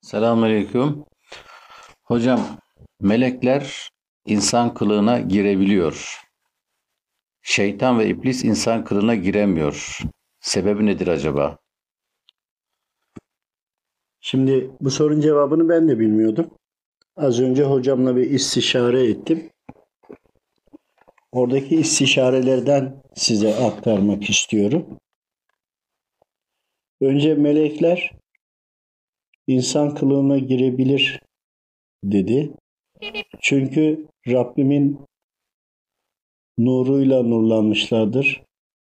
Selamünaleyküm. Hocam, melekler insan kılığına girebiliyor. Şeytan ve iblis insan kılığına giremiyor. Sebebi nedir acaba? Şimdi bu sorunun cevabını ben de bilmiyordum. Az önce hocamla bir istişare ettim. Oradaki istişarelerden size aktarmak istiyorum. Önce melekler insan kılığına girebilir dedi. Çünkü Rabbimin nuruyla nurlanmışlardır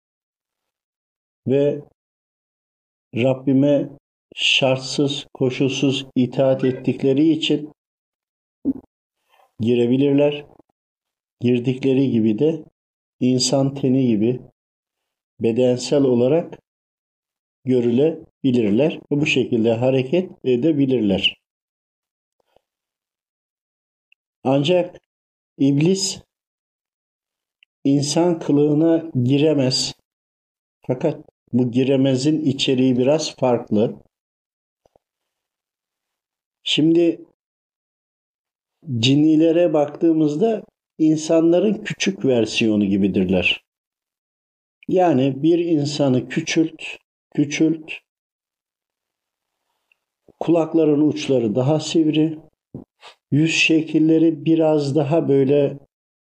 ve Rabbime şartsız, koşulsuz itaat ettikleri için girebilirler. Girdikleri gibi de insan teni gibi bedensel olarak görülebilirler ve bu şekilde hareket edebilirler. Ancak iblis insan kılığına giremez. Fakat bu giremezin içeriği biraz farklı. Şimdi cinnilere baktığımızda insanların küçük versiyonu gibidirler. Yani bir insanı küçült, kulakların uçları daha sivri, yüz şekilleri biraz daha böyle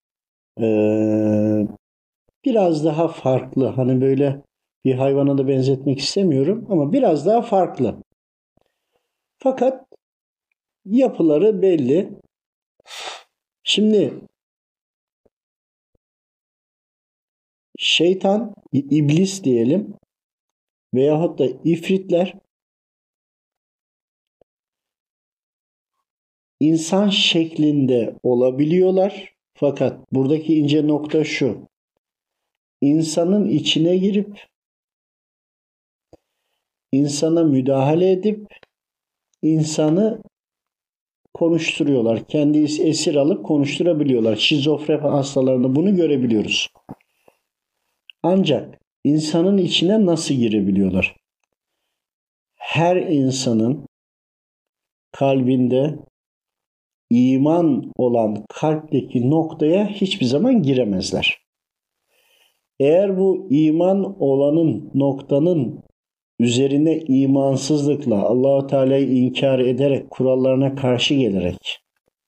biraz daha farklı. Hani böyle bir hayvana da benzetmek istemiyorum ama biraz daha farklı. Fakat yapıları belli. Şimdi şeytan, iblis diyelim veyahut da ifritler insan şeklinde olabiliyorlar. Fakat buradaki ince nokta şu. İnsanın içine girip insana müdahale edip insanı konuşturuyorlar. Kendi esir alıp konuşturabiliyorlar. Şizofren hastalarında bunu görebiliyoruz. Ancak insanın içine nasıl girebiliyorlar? Her insanın kalbinde iman olan kalpteki noktaya hiçbir zaman giremezler. Eğer bu iman olanın noktanın üzerine imansızlıkla Allah-u Teala'yı inkar ederek, kurallarına karşı gelerek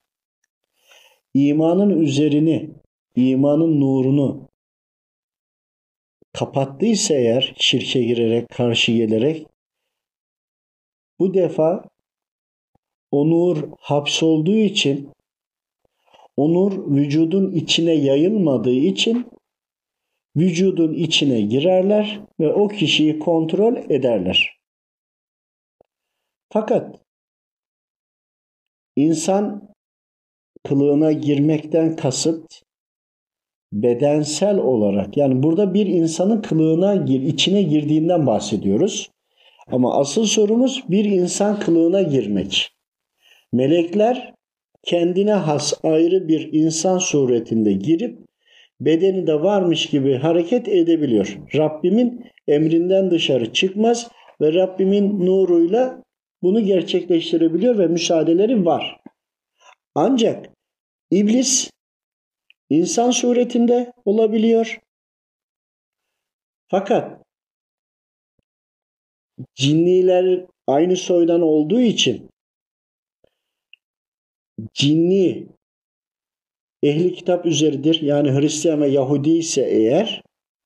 imanın üzerini, imanın nurunu kapattıysa eğer şirke girerek, karşı gelerek bu defa o nur hapsolduğu için o nur vücudun içine yayılmadığı için vücudun içine girerler ve o kişiyi kontrol ederler. Fakat insan kılığına girmekten kasıt bedensel olarak yani burada bir insanın içine girdiğinden bahsediyoruz. Ama asıl sorumuz bir insan kılığına girmek. Melekler kendine has ayrı bir insan suretinde girip bedeni de varmış gibi hareket edebiliyor. Rabbimin emrinden dışarı çıkmaz ve Rabbimin nuruyla bunu gerçekleştirebiliyor ve müsaadeleri var. Ancak iblis insan suretinde olabiliyor. Fakat cinniler aynı soydan olduğu için cinni ehli kitap üzeridir. Yani Hristiyan ve Yahudi ise eğer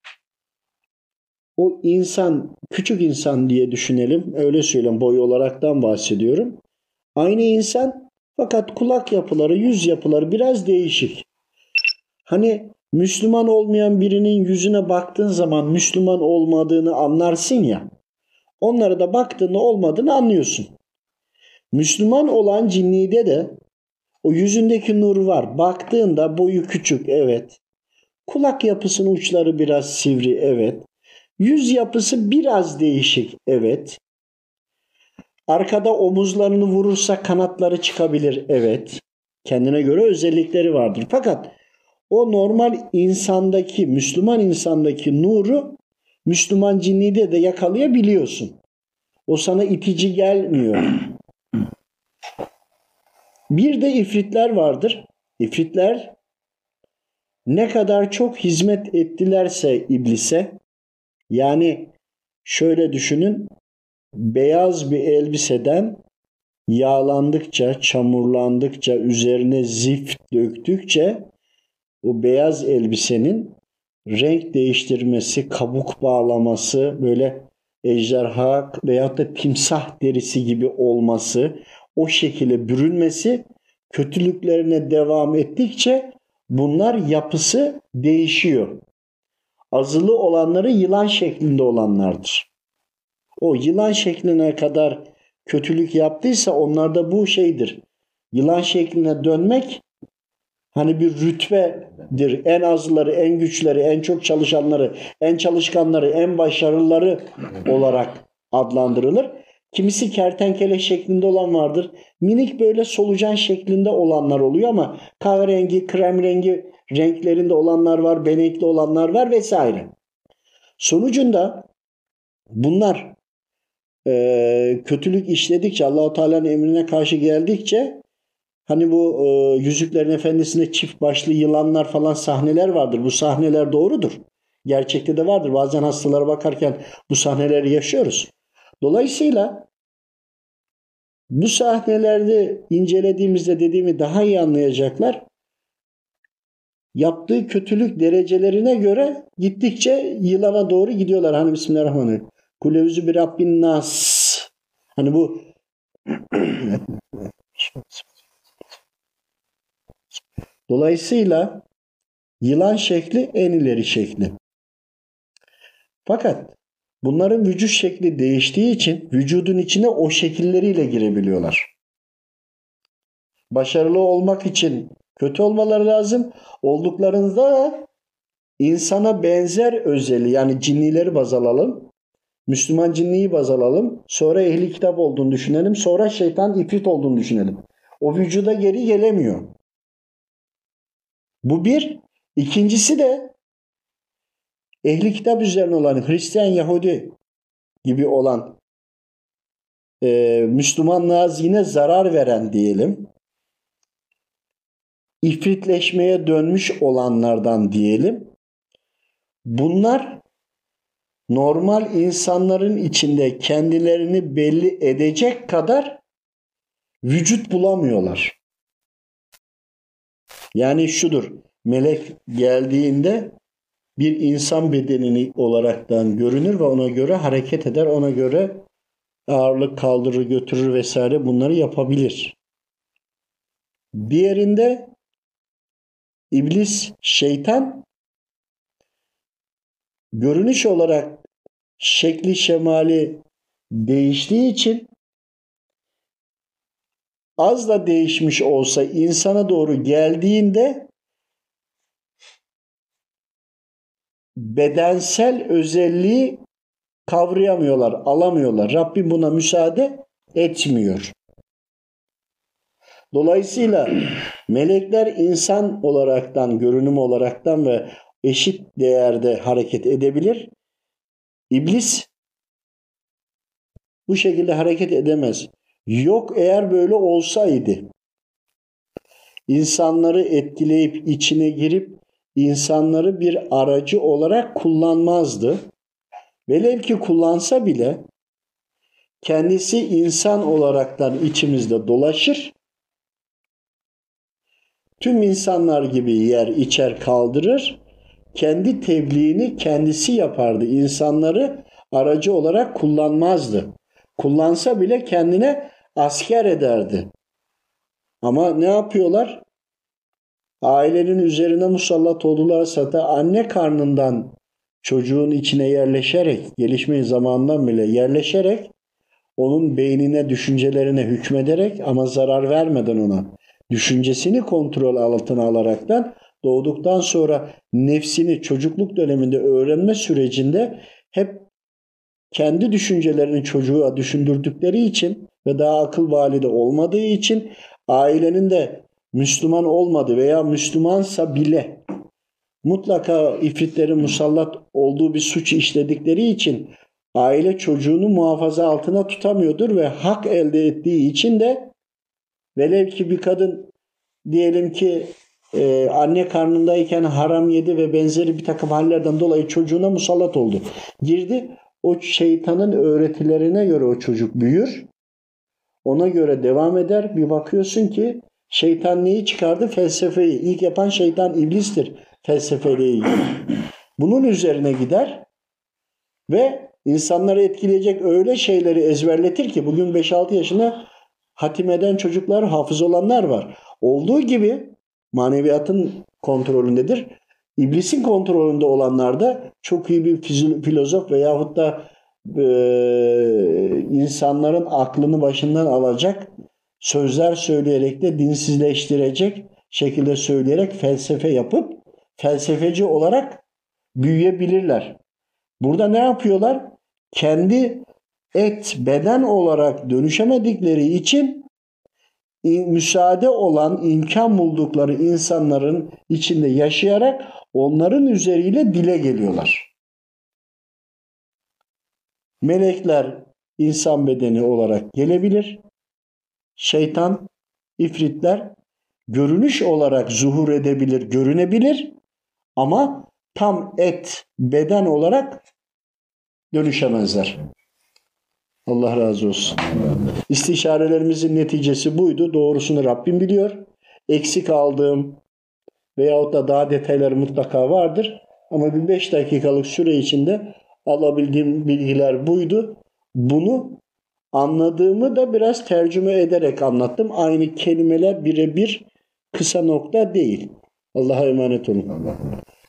o insan, küçük insan diye düşünelim. Öyle söyleyeyim, boy olaraktan bahsediyorum. Aynı insan fakat kulak yapıları, yüz yapıları biraz değişik. Hani Müslüman olmayan birinin yüzüne baktığın zaman Müslüman olmadığını anlarsın ya. Onlara da baktığında olmadığını anlıyorsun. Müslüman olan cinnide de o yüzündeki nur var. Baktığında boyu küçük, evet. Kulak yapısının uçları biraz sivri, evet. Yüz yapısı biraz değişik, evet. Arkada omuzlarını vurursa kanatları çıkabilir, evet. Kendine göre özellikleri vardır. Fakat o normal insandaki, Müslüman insandaki nuru Müslüman cinnide de yakalayabiliyorsun. O sana itici gelmiyor. Bir de ifritler vardır. İfritler ne kadar çok hizmet ettilerse iblise, yani şöyle düşünün, beyaz bir elbiseden yağlandıkça, çamurlandıkça, üzerine zift döktükçe o beyaz elbisenin renk değiştirmesi, kabuk bağlaması, böyle ejderha veyahut da timsah derisi gibi olması, o şekilde bürünmesi, kötülüklerine devam ettikçe bunlar yapısı değişiyor. Azılı olanları yılan şeklinde olanlardır. O yılan şekline kadar kötülük yaptıysa onlarda bu şeydir. Yılan şekline dönmek hani bir rütbedir. En azları, en güçleri, en çok çalışanları, en çalışkanları, en başarılıları olarak adlandırılır. Kimisi kertenkele şeklinde olan vardır. Minik böyle solucan şeklinde olanlar oluyor ama kahverengi, krem rengi renklerinde olanlar var, benekli olanlar var vesaire. Sonucunda bunlar kötülük işledikçe, Allah-u Teala'nın emrine karşı geldikçe, hani bu Yüzüklerin Efendisi'nde çift başlı yılanlar falan sahneler vardır. Bu sahneler doğrudur. Gerçekte de vardır. Bazen hastalara bakarken bu sahneleri yaşıyoruz. Dolayısıyla bu sahnelerde incelediğimizde dediğimi daha iyi anlayacaklar. Yaptığı kötülük derecelerine göre gittikçe yılana doğru gidiyorlar. Hani Bismillahirrahmanirrahim. Kulevüzü bir Rabbin nas. Hani bu dolayısıyla yılan şekli en ileri şekli. Fakat bunların vücut şekli değiştiği için vücudun içine o şekilleriyle girebiliyorlar. Başarılı olmak için kötü olmaları lazım. Olduklarında da insana benzer özelliği, yani cinnileri baz alalım. Müslüman cinniyi baz alalım. Sonra ehli kitap olduğunu düşünelim. Sonra şeytan ifrit olduğunu düşünelim. O vücuda geri gelemiyor. Bu bir. İkincisi de ehli kitap üzerine olan Hristiyan, Yahudi gibi olan Müslümanlığa yine zarar veren diyelim. İfritleşmeye dönmüş olanlardan diyelim. Bunlar normal insanların içinde kendilerini belli edecek kadar vücut bulamıyorlar. Yani şudur, melek geldiğinde bir insan bedenini olaraktan görünür ve ona göre hareket eder, ona göre ağırlık kaldırır, götürür vesaire, bunları yapabilir. Diğerinde iblis, şeytan görünüş olarak şekli şemali değiştiği için az da değişmiş olsa insana doğru geldiğinde bedensel özelliği kavrayamıyorlar, alamıyorlar. Rabbim buna müsaade etmiyor. Dolayısıyla melekler insan olaraktan, görünüm olaraktan ve eşit değerde hareket edebilir. İblis bu şekilde hareket edemez. Yok, eğer böyle olsaydı insanları etkileyip içine girip insanları bir aracı olarak kullanmazdı. Velev ki kullansa bile kendisi insan olaraktan içimizde dolaşır. Tüm insanlar gibi yer, içer, kaldırır. Kendi tebliğini kendisi yapardı. İnsanları aracı olarak kullanmazdı. Kullansa bile kendine asker ederdi. Ama ne yapıyorlar? Ailenin üzerine musallat oldularsa da anne karnından çocuğun içine yerleşerek, gelişme zamanından bile yerleşerek, onun beynine, düşüncelerine hükmederek ama zarar vermeden ona, düşüncesini kontrol altına alaraktan doğduktan sonra nefsini çocukluk döneminde öğrenme sürecinde hep kendi düşüncelerini çocuğa düşündürdükleri için ve daha akıl valide olmadığı için ailenin de Müslüman olmadı veya Müslümansa bile mutlaka ifritlerin musallat olduğu bir suç işledikleri için aile çocuğunu muhafaza altına tutamıyordur ve hak elde ettiği için de Velev ki bir kadın diyelim ki anne karnındayken haram yedi ve benzeri bir takım hallerden dolayı çocuğuna musallat oldu. Girdi, o şeytanın öğretilerine göre o çocuk büyür. Ona göre devam eder. Bir bakıyorsun ki şeytan neyi çıkardı? Felsefeyi. İlk yapan şeytan iblistir felsefeyle ilgili. Bunun üzerine gider ve insanları etkileyecek öyle şeyleri ezberletir ki bugün 5-6 yaşına hatim eden çocuklar, hafız olanlar var. Olduğu gibi maneviyatın kontrolündedir. İblisin kontrolünde olanlar da çok iyi bir filozof veyahut da insanların aklını başından alacak sözler söyleyerek de dinsizleştirecek şekilde söyleyerek felsefe yapıp felsefeci olarak büyüyebilirler. Burada ne yapıyorlar? Kendi beden olarak dönüşemedikleri için müsaade olan, imkan buldukları insanların içinde yaşayarak onların üzeriyle dile geliyorlar. Melekler insan bedeni olarak gelebilir. Şeytan, ifritler görünüş olarak zuhur edebilir, görünebilir ama tam beden olarak dönüşemezler. Allah razı olsun. İstişarelerimizin neticesi buydu. Doğrusunu Rabbim biliyor. Eksik aldığım veyahut da daha detayları mutlaka vardır. Ama bir 5 dakikalık süre içinde alabildiğim bilgiler buydu. Bunu anladığımı da biraz tercüme ederek anlattım. Aynı kelimeler birebir kısa nokta değil. Allah'a emanet olun.